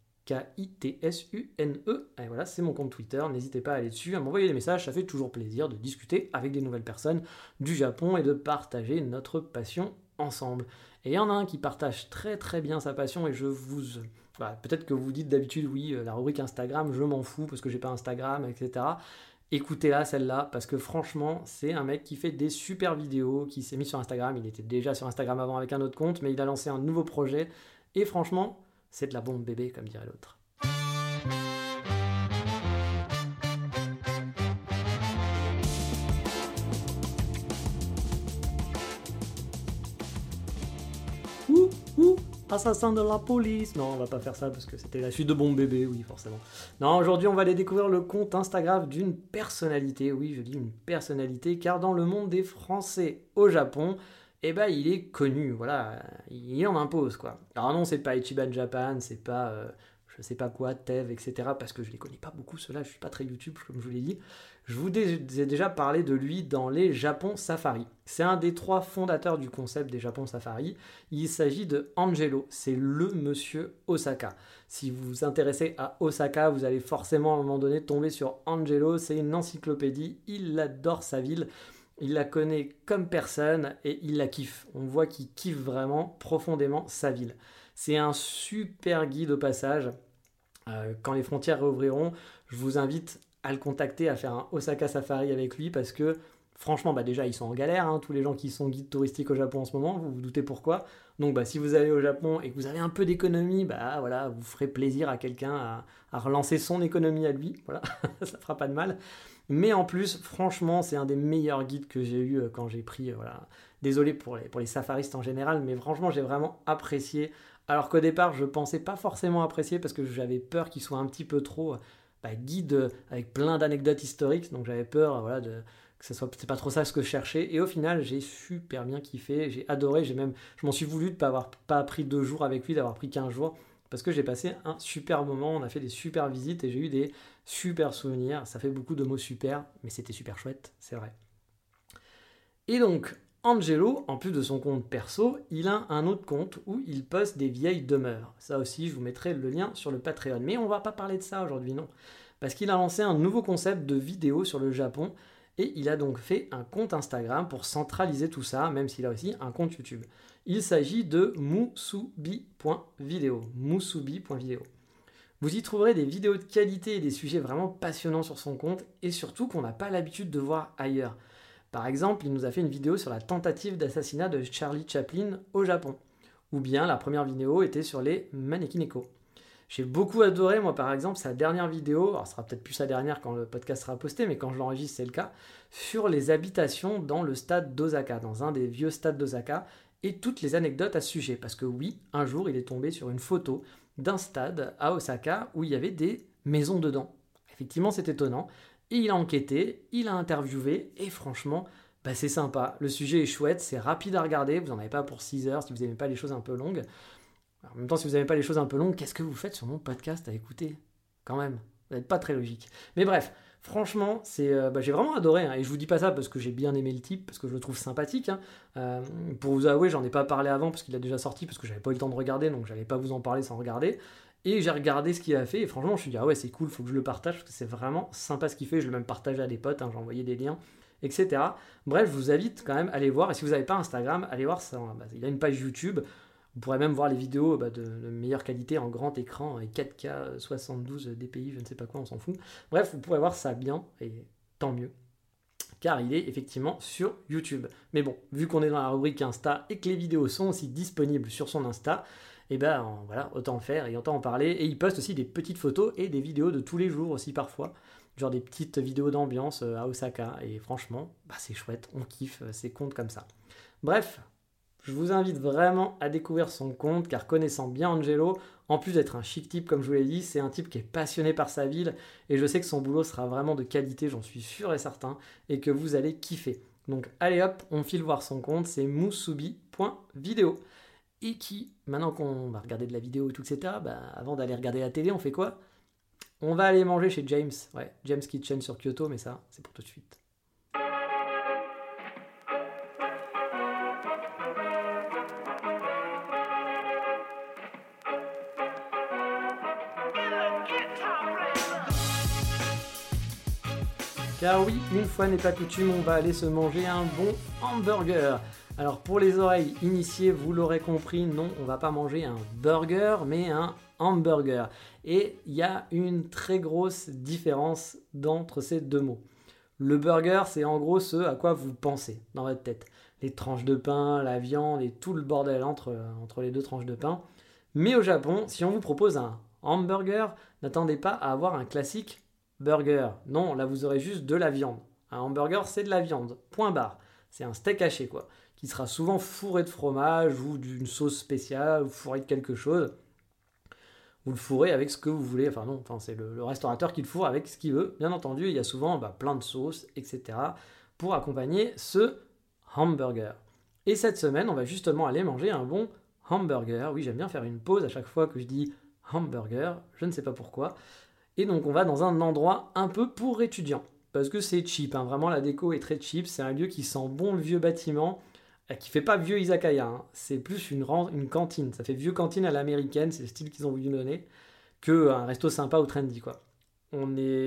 K-I-T-S-U-N-E, et voilà, c'est mon compte Twitter, n'hésitez pas à aller dessus, à m'envoyer des messages, ça fait toujours plaisir de discuter avec des nouvelles personnes du Japon et de partager notre passion ensemble. Et il y en a un qui partage très très bien sa passion, et peut-être que vous dites d'habitude, oui, la rubrique Instagram, je m'en fous parce que j'ai pas Instagram, etc. Écoutez-la celle-là, parce que franchement, c'est un mec qui fait des super vidéos, qui s'est mis sur Instagram, il était déjà sur Instagram avant avec un autre compte, mais il a lancé un nouveau projet, et franchement, c'est de la bombe bébé, comme dirait l'autre. Assassin de la police. Non, on va pas faire ça parce que c'était la suite de Bombe Bébé, oui, forcément. Non, aujourd'hui, on va aller découvrir le compte Instagram d'une personnalité. Oui, je dis une personnalité, car dans le monde des Français au Japon, il est connu, voilà, il en impose, quoi. Alors non, c'est pas Ichiban Japan, c'est pas, je sais pas quoi, Tev, etc. Parce que je les connais pas beaucoup, ceux-là, je suis pas très YouTube, comme je vous l'ai dit. Je vous ai déjà parlé de lui dans les Japon Safari. C'est un des 3 fondateurs du concept des Japon Safari. Il s'agit de Angelo, c'est le monsieur Osaka. Si vous vous intéressez à Osaka, vous allez forcément à un moment donné tomber sur Angelo, c'est une encyclopédie, il adore sa ville. Il la connaît comme personne et il la kiffe. On voit qu'il kiffe vraiment profondément sa ville. C'est un super guide au passage. Quand les frontières réouvriront, je vous invite à le contacter, à faire un Osaka Safari avec lui parce que franchement, déjà ils sont en galère, hein, tous les gens qui sont guides touristiques au Japon en ce moment, vous vous doutez pourquoi. Donc si vous allez au Japon et que vous avez un peu d'économie, voilà, vous ferez plaisir à quelqu'un à relancer son économie à lui. Voilà, ça fera pas de mal. Mais en plus, franchement, c'est un des meilleurs guides que j'ai eu quand j'ai pris. Voilà. Désolé pour les safaristes en général, mais franchement, j'ai vraiment apprécié. Alors qu'au départ, je pensais pas forcément apprécier parce que j'avais peur qu'il soit un petit peu trop guide avec plein d'anecdotes historiques. Donc j'avais peur, que c'est pas trop ça ce que je cherchais. Et au final, j'ai super bien kiffé, j'ai adoré. Je m'en suis voulu de pas pris 2 jours avec lui, d'avoir pris 15 jours. Parce que j'ai passé un super moment, on a fait des super visites et j'ai eu des super souvenirs. Ça fait beaucoup de mots super, mais c'était super chouette, c'est vrai. Et donc, Angelo, en plus de son compte perso, il a un autre compte où il poste des vieilles demeures. Ça aussi, je vous mettrai le lien sur le Patreon. Mais on va pas parler de ça aujourd'hui, non. Parce qu'il a lancé un nouveau concept de vidéo sur le Japon et il a donc fait un compte Instagram pour centraliser tout ça, même s'il a aussi un compte YouTube. Il s'agit de musubi.video. Musubi.video. Vous y trouverez des vidéos de qualité et des sujets vraiment passionnants sur son compte et surtout qu'on n'a pas l'habitude de voir ailleurs. Par exemple, il nous a fait une vidéo sur la tentative d'assassinat de Charlie Chaplin au Japon. Ou bien la première vidéo était sur les Manekineko. J'ai beaucoup adoré, moi par exemple, sa dernière vidéo, alors ce sera peut-être plus sa dernière quand le podcast sera posté, mais quand je l'enregistre c'est le cas, sur les habitations dans le stade d'Osaka, dans un des vieux stades d'Osaka, et toutes les anecdotes à ce sujet. Parce que oui, un jour il est tombé sur une photo d'un stade à Osaka où il y avait des maisons dedans. Effectivement c'est étonnant, et il a enquêté, il a interviewé, et franchement, c'est sympa. Le sujet est chouette, c'est rapide à regarder, vous n'en avez pas pour 6 heures si vous n'aimez pas les choses un peu longues. En même temps, si vous n'aimez pas les choses un peu longues, qu'est-ce que vous faites sur mon podcast à écouter ? Quand même, vous n'êtes pas très logique. Mais bref, franchement, j'ai vraiment adoré. Et je vous dis pas ça parce que j'ai bien aimé le type, parce que je le trouve sympathique. Pour vous avouer, j'en ai pas parlé avant parce qu'il a déjà sorti, parce que j'avais pas eu le temps de regarder, donc j'allais pas vous en parler sans regarder. Et j'ai regardé ce qu'il a fait, et franchement, je me suis dit, ah ouais, c'est cool, faut que je le partage, parce que c'est vraiment sympa ce qu'il fait. Je l'ai même partagé à des potes, j'ai envoyé des liens, etc. Bref, je vous invite quand même à aller voir. Et si vous n'avez pas Instagram, allez voir ça. Il a une page YouTube. Vous pourrez même voir les vidéos de meilleure qualité en grand écran, avec 4K, 72 dpi, je ne sais pas quoi, on s'en fout. Bref, vous pourrez voir ça bien, et tant mieux, car il est effectivement sur YouTube. Mais bon, vu qu'on est dans la rubrique Insta et que les vidéos sont aussi disponibles sur son Insta, autant le faire et autant en parler. Et il poste aussi des petites photos et des vidéos de tous les jours aussi parfois, genre des petites vidéos d'ambiance à Osaka. Et franchement, c'est chouette, on kiffe ces comptes comme ça. Bref, je vous invite vraiment à découvrir son compte, car connaissant bien Angelo, en plus d'être un chic type comme je vous l'ai dit, c'est un type qui est passionné par sa ville, et je sais que son boulot sera vraiment de qualité, j'en suis sûr et certain, et que vous allez kiffer. Donc allez hop, on file voir son compte, c'est musubi.video. Et maintenant qu'on va regarder de la vidéo et tout, etc., avant d'aller regarder la télé, on fait quoi ? On va aller manger chez James, James Kitchen sur Kyoto, mais ça, c'est pour tout de suite. Car oui, une fois n'est pas coutume, on va aller se manger un bon hamburger. Alors pour les oreilles initiées, vous l'aurez compris, non, on va pas manger un burger, mais un hamburger. Et il y a une très grosse différence entre ces deux mots. Le burger, c'est en gros ce à quoi vous pensez dans votre tête. Les tranches de pain, la viande et tout le bordel entre les deux tranches de pain. Mais au Japon, si on vous propose un hamburger, n'attendez pas à avoir un classique burger. Non, là vous aurez juste de la viande. Un hamburger, c'est de la viande. Point barre. C'est un steak haché, qui sera souvent fourré de fromage ou d'une sauce spéciale, ou fourré de quelque chose. Vous le fourrez avec ce que vous voulez. C'est le restaurateur qui le fourre avec ce qu'il veut. Bien entendu, il y a souvent plein de sauces, etc. pour accompagner ce hamburger. Et cette semaine, on va justement aller manger un bon hamburger. Oui, j'aime bien faire une pause à chaque fois que je dis hamburger, je ne sais pas pourquoi. Et donc on va dans un endroit un peu pour étudiants, parce que c'est cheap, vraiment la déco est très cheap, c'est un lieu qui sent bon le vieux bâtiment, qui fait pas vieux izakaya, c'est plus une cantine, ça fait vieux cantine à l'américaine, c'est le style qu'ils ont voulu donner, qu'un resto sympa ou trendy quoi. On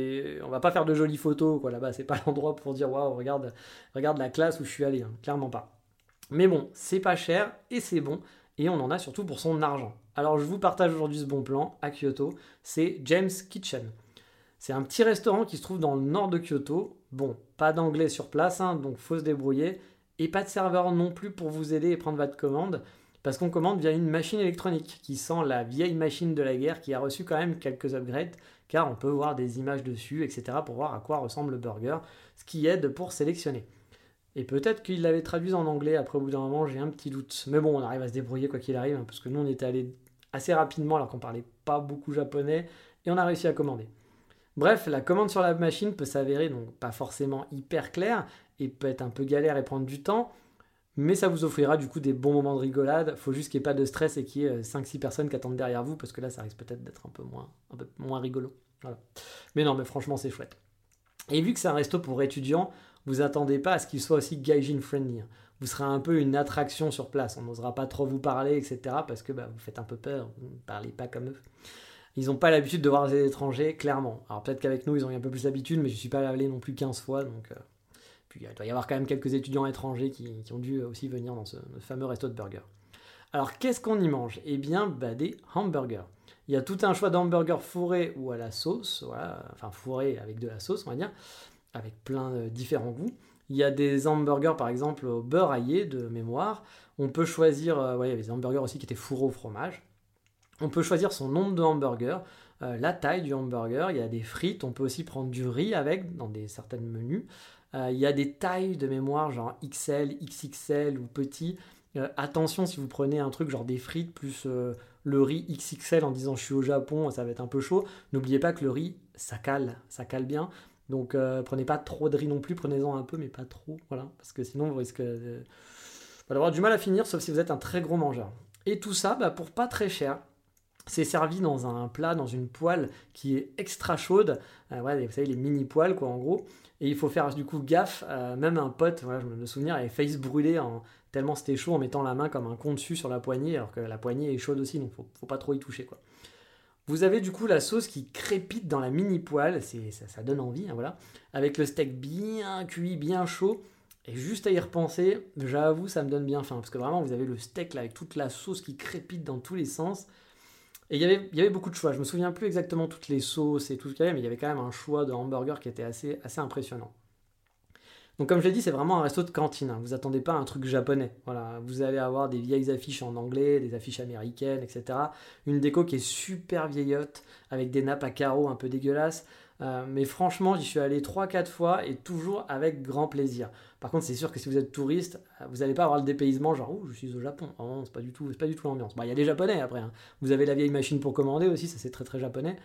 va pas faire de jolies photos quoi là-bas, c'est pas l'endroit pour dire waouh regarde la classe où je suis allé, clairement pas. Mais bon, c'est pas cher et c'est bon, et on en a surtout pour son argent. Alors je vous partage aujourd'hui ce bon plan à Kyoto, c'est James Kitchen. C'est un petit restaurant qui se trouve dans le nord de Kyoto. Bon, pas d'anglais sur place, donc faut se débrouiller. Et pas de serveur non plus pour vous aider et prendre votre commande, parce qu'on commande via une machine électronique qui sent la vieille machine de la guerre qui a reçu quand même quelques upgrades, car on peut voir des images dessus, etc. pour voir à quoi ressemble le burger, ce qui aide pour sélectionner. Et peut-être qu'il l'avait traduit en anglais, après au bout d'un moment j'ai un petit doute. Mais bon, on arrive à se débrouiller quoi qu'il arrive, parce que nous on était allés assez rapidement alors qu'on parlait pas beaucoup japonais, et on a réussi à commander. Bref, la commande sur la machine peut s'avérer donc pas forcément hyper claire, et peut être un peu galère et prendre du temps, mais ça vous offrira du coup des bons moments de rigolade. Faut juste qu'il n'y ait pas de stress et qu'il y ait 5-6 personnes qui attendent derrière vous, parce que là ça risque peut-être d'être un peu moins rigolo. Voilà. Mais non, mais franchement c'est chouette. Et vu que c'est un resto pour étudiants, vous attendez pas à ce qu'il soit aussi gaijin friendly. Vous serez un peu une attraction sur place. On n'osera pas trop vous parler, etc. parce que vous faites un peu peur. Vous ne parlez pas comme eux. Ils n'ont pas l'habitude de voir des étrangers, clairement. Alors peut-être qu'avec nous, ils ont eu un peu plus d'habitude, mais je ne suis pas allé non plus 15 fois. Donc, puis il doit y avoir quand même quelques étudiants étrangers qui ont dû aussi venir dans ce fameux resto de burger. Alors qu'est-ce qu'on y mange ? Eh bien, des hamburgers. Il y a tout un choix d'hamburgers fourrés ou à la sauce, voilà, enfin fourrés avec de la sauce, on va dire, avec plein de différents goûts. Il y a des hamburgers par exemple au beurre aillé de mémoire. On peut choisir, il y avait des hamburgers aussi qui étaient fourrés au fromage. On peut choisir son nombre de hamburgers, la taille du hamburger. Il y a des frites, on peut aussi prendre du riz avec dans certains menus. Il y a des tailles de mémoire genre XL, XXL ou petit. Attention si vous prenez un truc genre des frites plus le riz XXL en disant je suis au Japon, ça va être un peu chaud. N'oubliez pas que le riz, ça cale bien. Donc prenez pas trop de riz non plus, prenez-en un peu mais pas trop, voilà, parce que sinon vous risquez d'avoir du mal à finir, sauf si vous êtes un très gros mangeur. Et tout ça pour pas très cher. C'est servi dans un plat, dans une poêle qui est extra chaude, vous savez les mini poêles quoi en gros, et il faut faire du coup gaffe, même un pote, je me souviens, avait failli se brûler tellement c'était chaud en mettant la main comme un con dessus sur la poignée, alors que la poignée est chaude aussi, donc faut pas trop y toucher quoi. Vous avez du coup la sauce qui crépite dans la mini poêle, ça donne envie, voilà, avec le steak bien cuit, bien chaud, et juste à y repenser, j'avoue ça me donne bien faim, parce que vraiment vous avez le steak là avec toute la sauce qui crépite dans tous les sens. Et il y avait beaucoup de choix. Je me souviens plus exactement toutes les sauces et tout ce qu'il y avait, mais il y avait quand même un choix de hamburger qui était assez impressionnant. Donc comme je l'ai dit, c'est vraiment un resto de cantine. Vous attendez pas à un truc japonais. Voilà, vous allez avoir des vieilles affiches en anglais, des affiches américaines, etc. Une déco qui est super vieillotte, avec des nappes à carreaux un peu dégueulasses. Mais franchement, j'y suis allé 3-4 fois et toujours avec grand plaisir. Par contre, c'est sûr que si vous êtes touriste, vous n'allez pas avoir le dépaysement genre je suis au Japon. Oh, c'est pas du tout l'ambiance. Il y a des japonais après. Vous avez la vieille machine pour commander aussi, ça c'est très très japonais.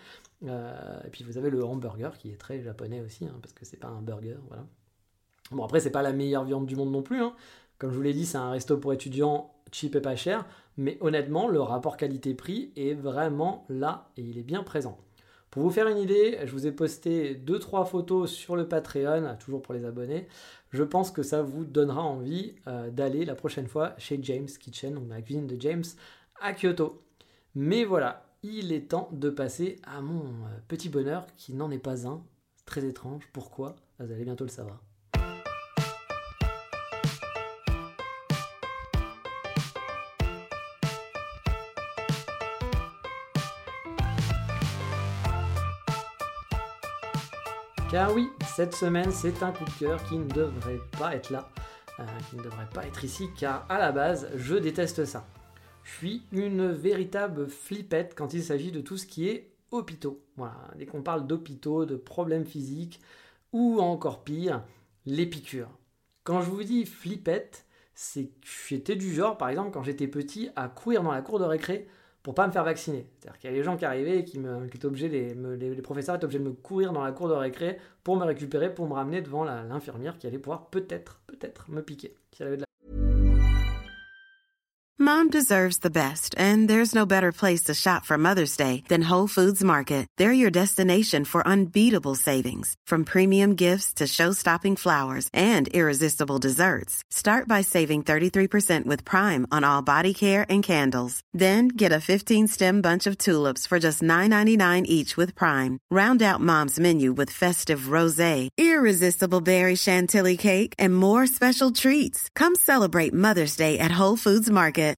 Et puis vous avez le hamburger qui est très japonais aussi, parce que c'est pas un burger, voilà. Bon après c'est pas la meilleure viande du monde non plus. Comme je vous l'ai dit, c'est un resto pour étudiants cheap et pas cher. Mais honnêtement, le rapport qualité-prix est vraiment là et il est bien présent. Pour vous faire une idée, je vous ai posté 2-3 photos sur le Patreon, toujours pour les abonnés. Je pense que ça vous donnera envie d'aller la prochaine fois chez James Kitchen, donc la cuisine de James, à Kyoto. Mais voilà, il est temps de passer à mon petit bonheur, qui n'en est pas un. C'est très étrange, pourquoi ? Vous allez bientôt le savoir. Car oui, cette semaine, c'est un coup de cœur qui ne devrait pas être là, qui ne devrait pas être ici, car à la base, je déteste ça. Je suis une véritable flippette quand il s'agit de tout ce qui est hôpitaux. Voilà, dès qu'on parle d'hôpitaux, de problèmes physiques, ou encore pire, les piqûres. Quand je vous dis flippette, c'est que j'étais du genre, par exemple, quand j'étais petit, à courir dans la cour de récré pour pas me faire vacciner. C'est-à-dire qu'il y a des gens qui arrivaient et qui étaient obligés, les professeurs étaient obligés de me courir dans la cour de récré pour me récupérer, pour me ramener devant l'infirmière qui allait pouvoir peut-être me piquer. Si elle avait de la... Mom deserves the best, and there's no better place to shop for Mother's Day than Whole Foods Market. They're your destination for unbeatable savings, from premium gifts to show-stopping flowers and irresistible desserts. Start by saving 33% with Prime on all body care and candles. Then get a 15-stem bunch of tulips for just $9.99 each with Prime. Round out Mom's menu with festive rosé, irresistible berry chantilly cake, and more special treats. Come celebrate Mother's Day at Whole Foods Market.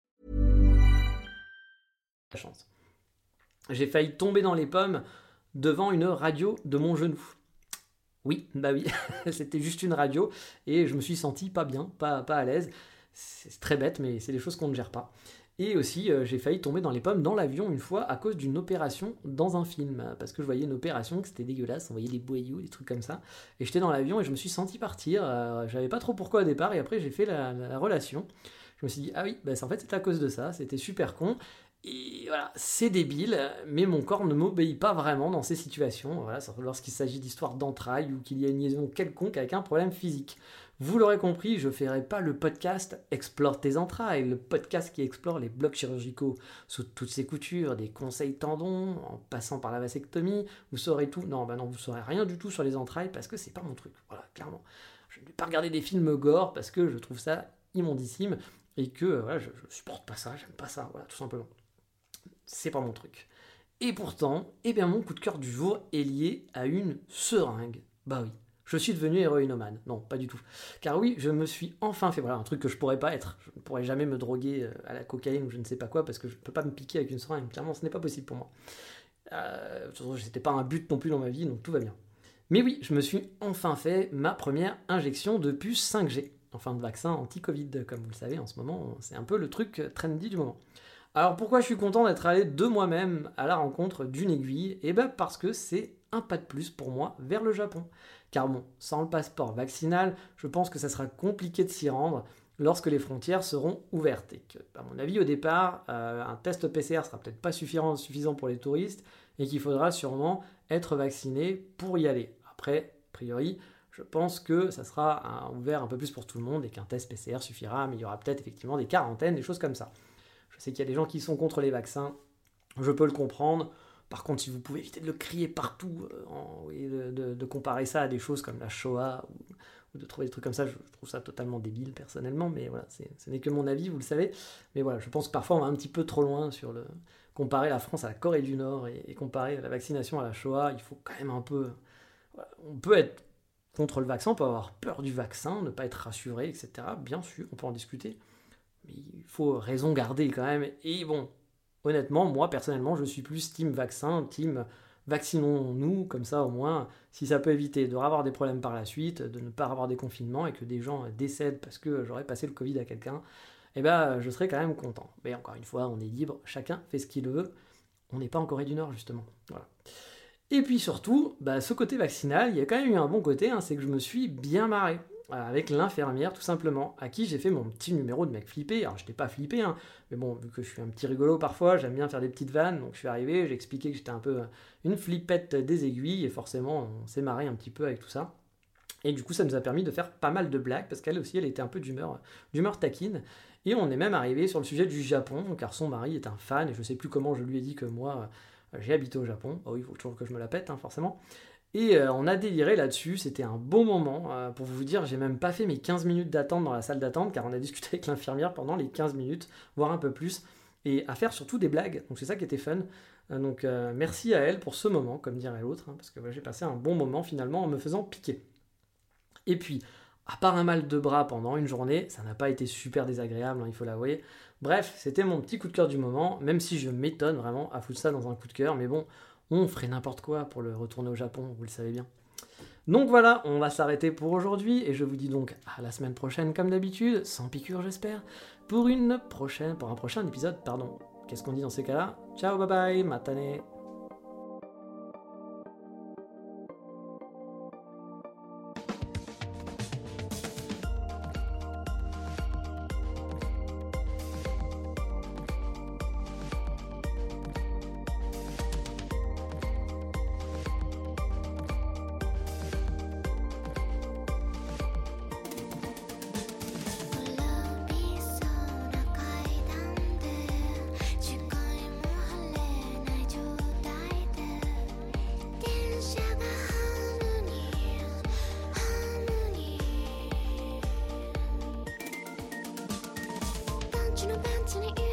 Chance. J'ai failli tomber dans les pommes devant une radio de mon genou. Oui, c'était juste une radio et je me suis senti pas bien, pas à l'aise. C'est très bête, mais c'est des choses qu'on ne gère pas. Et aussi, j'ai failli tomber dans les pommes dans l'avion une fois à cause d'une opération dans un film. Parce que je voyais une opération, que c'était dégueulasse, on voyait des boyaux, des trucs comme ça. Et j'étais dans l'avion et je me suis senti partir. Je savais pas trop pourquoi au départ et après j'ai fait la relation. Je me suis dit, ah oui, en fait c'est à cause de ça, c'était super con. Et voilà, c'est débile, mais mon corps ne m'obéit pas vraiment dans ces situations, voilà, lorsqu'il s'agit d'histoires d'entrailles ou qu'il y a une liaison quelconque avec un problème physique. Vous l'aurez compris, je ne ferai pas le podcast « Explore tes entrailles », le podcast qui explore les blocs chirurgicaux sous toutes ses coutures, des conseils tendons, en passant par la vasectomie, vous saurez tout. Non, vous saurez rien du tout sur les entrailles parce que c'est pas mon truc, voilà, clairement. Je ne vais pas regarder des films gore parce que je trouve ça immondissime et que je supporte pas ça, j'aime pas ça, voilà, tout simplement. C'est pas mon truc. Et pourtant, mon coup de cœur du jour est lié à une seringue. Bah oui, je suis devenu héroïnomane. Non, pas du tout. Car oui, je me suis enfin fait, un truc que je pourrais pas être. Je ne pourrais jamais me droguer à la cocaïne ou je ne sais pas quoi, parce que je peux pas me piquer avec une seringue. Clairement, ce n'est pas possible pour moi. C'était pas un but non plus dans ma vie, donc tout va bien. Mais oui, je me suis enfin fait ma première injection de puce 5G. Enfin, de vaccin anti-Covid, comme vous le savez, en ce moment, c'est un peu le truc trendy du moment. Alors pourquoi je suis content d'être allé de moi-même à la rencontre d'une aiguille ? Parce que c'est un pas de plus pour moi vers le Japon. Car sans le passeport vaccinal, je pense que ça sera compliqué de s'y rendre lorsque les frontières seront ouvertes. Et que, à mon avis, au départ, un test PCR sera peut-être pas suffisant pour les touristes et qu'il faudra sûrement être vacciné pour y aller. Après, a priori, je pense que ça sera ouvert un peu plus pour tout le monde et qu'un test PCR suffira, mais il y aura peut-être effectivement des quarantaines, des choses comme ça. Je sais qu'il y a des gens qui sont contre les vaccins, je peux le comprendre. Par contre, si vous pouvez éviter de le crier partout et de comparer ça à des choses comme la Shoah ou de trouver des trucs comme ça, je trouve ça totalement débile personnellement, mais voilà, ce n'est que mon avis, vous le savez. Mais voilà, je pense que parfois on va un petit peu trop loin sur comparer la France à la Corée du Nord et comparer la vaccination à la Shoah. Il faut quand même un peu... Voilà, on peut être contre le vaccin, on peut avoir peur du vaccin, ne pas être rassuré, etc. Bien sûr, on peut en discuter. Mais il faut raison garder quand même. Et honnêtement, moi personnellement, je suis plus team vaccin, team vaccinons-nous, comme ça au moins, si ça peut éviter de avoir des problèmes par la suite, de ne pas avoir des confinements et que des gens décèdent parce que j'aurais passé le Covid à quelqu'un, je serais quand même content. Mais encore une fois, on est libre, chacun fait ce qu'il veut. On n'est pas en Corée du Nord justement. Voilà. Et puis surtout, ce côté vaccinal, il y a quand même eu un bon côté, c'est que je me suis bien marré. Avec l'infirmière tout simplement, à qui j'ai fait mon petit numéro de mec flippé. Alors je n'étais pas flippé, mais vu que je suis un petit rigolo parfois, j'aime bien faire des petites vannes, donc je suis arrivé, j'ai expliqué que j'étais un peu une flippette des aiguilles, et forcément on s'est marré un petit peu avec tout ça. Et du coup ça nous a permis de faire pas mal de blagues, parce qu'elle aussi elle était un peu d'humeur taquine, et on est même arrivé sur le sujet du Japon, car son mari est un fan, et je sais plus comment je lui ai dit que moi j'ai habité au Japon. Oh oui, il faut toujours que je me la pète, forcément. Et on a déliré là-dessus, c'était un beau moment. Pour vous dire, j'ai même pas fait mes 15 minutes d'attente dans la salle d'attente, car on a discuté avec l'infirmière pendant les 15 minutes, voire un peu plus, et à faire surtout des blagues, donc c'est ça qui était fun. Donc merci à elle pour ce moment, comme dirait l'autre, parce que j'ai passé un bon moment finalement en me faisant piquer. Et puis, à part un mal de bras pendant une journée, ça n'a pas été super désagréable, il faut l'avouer. Bref, c'était mon petit coup de cœur du moment, même si je m'étonne vraiment à foutre ça dans un coup de cœur, mais on ferait n'importe quoi pour le retourner au Japon, vous le savez bien. Donc voilà, on va s'arrêter pour aujourd'hui, et je vous dis donc à la semaine prochaine comme d'habitude, sans piqûre j'espère, pour un prochain épisode, pardon. Qu'est-ce qu'on dit dans ces cas-là ? Ciao, bye bye, matane. Didn't you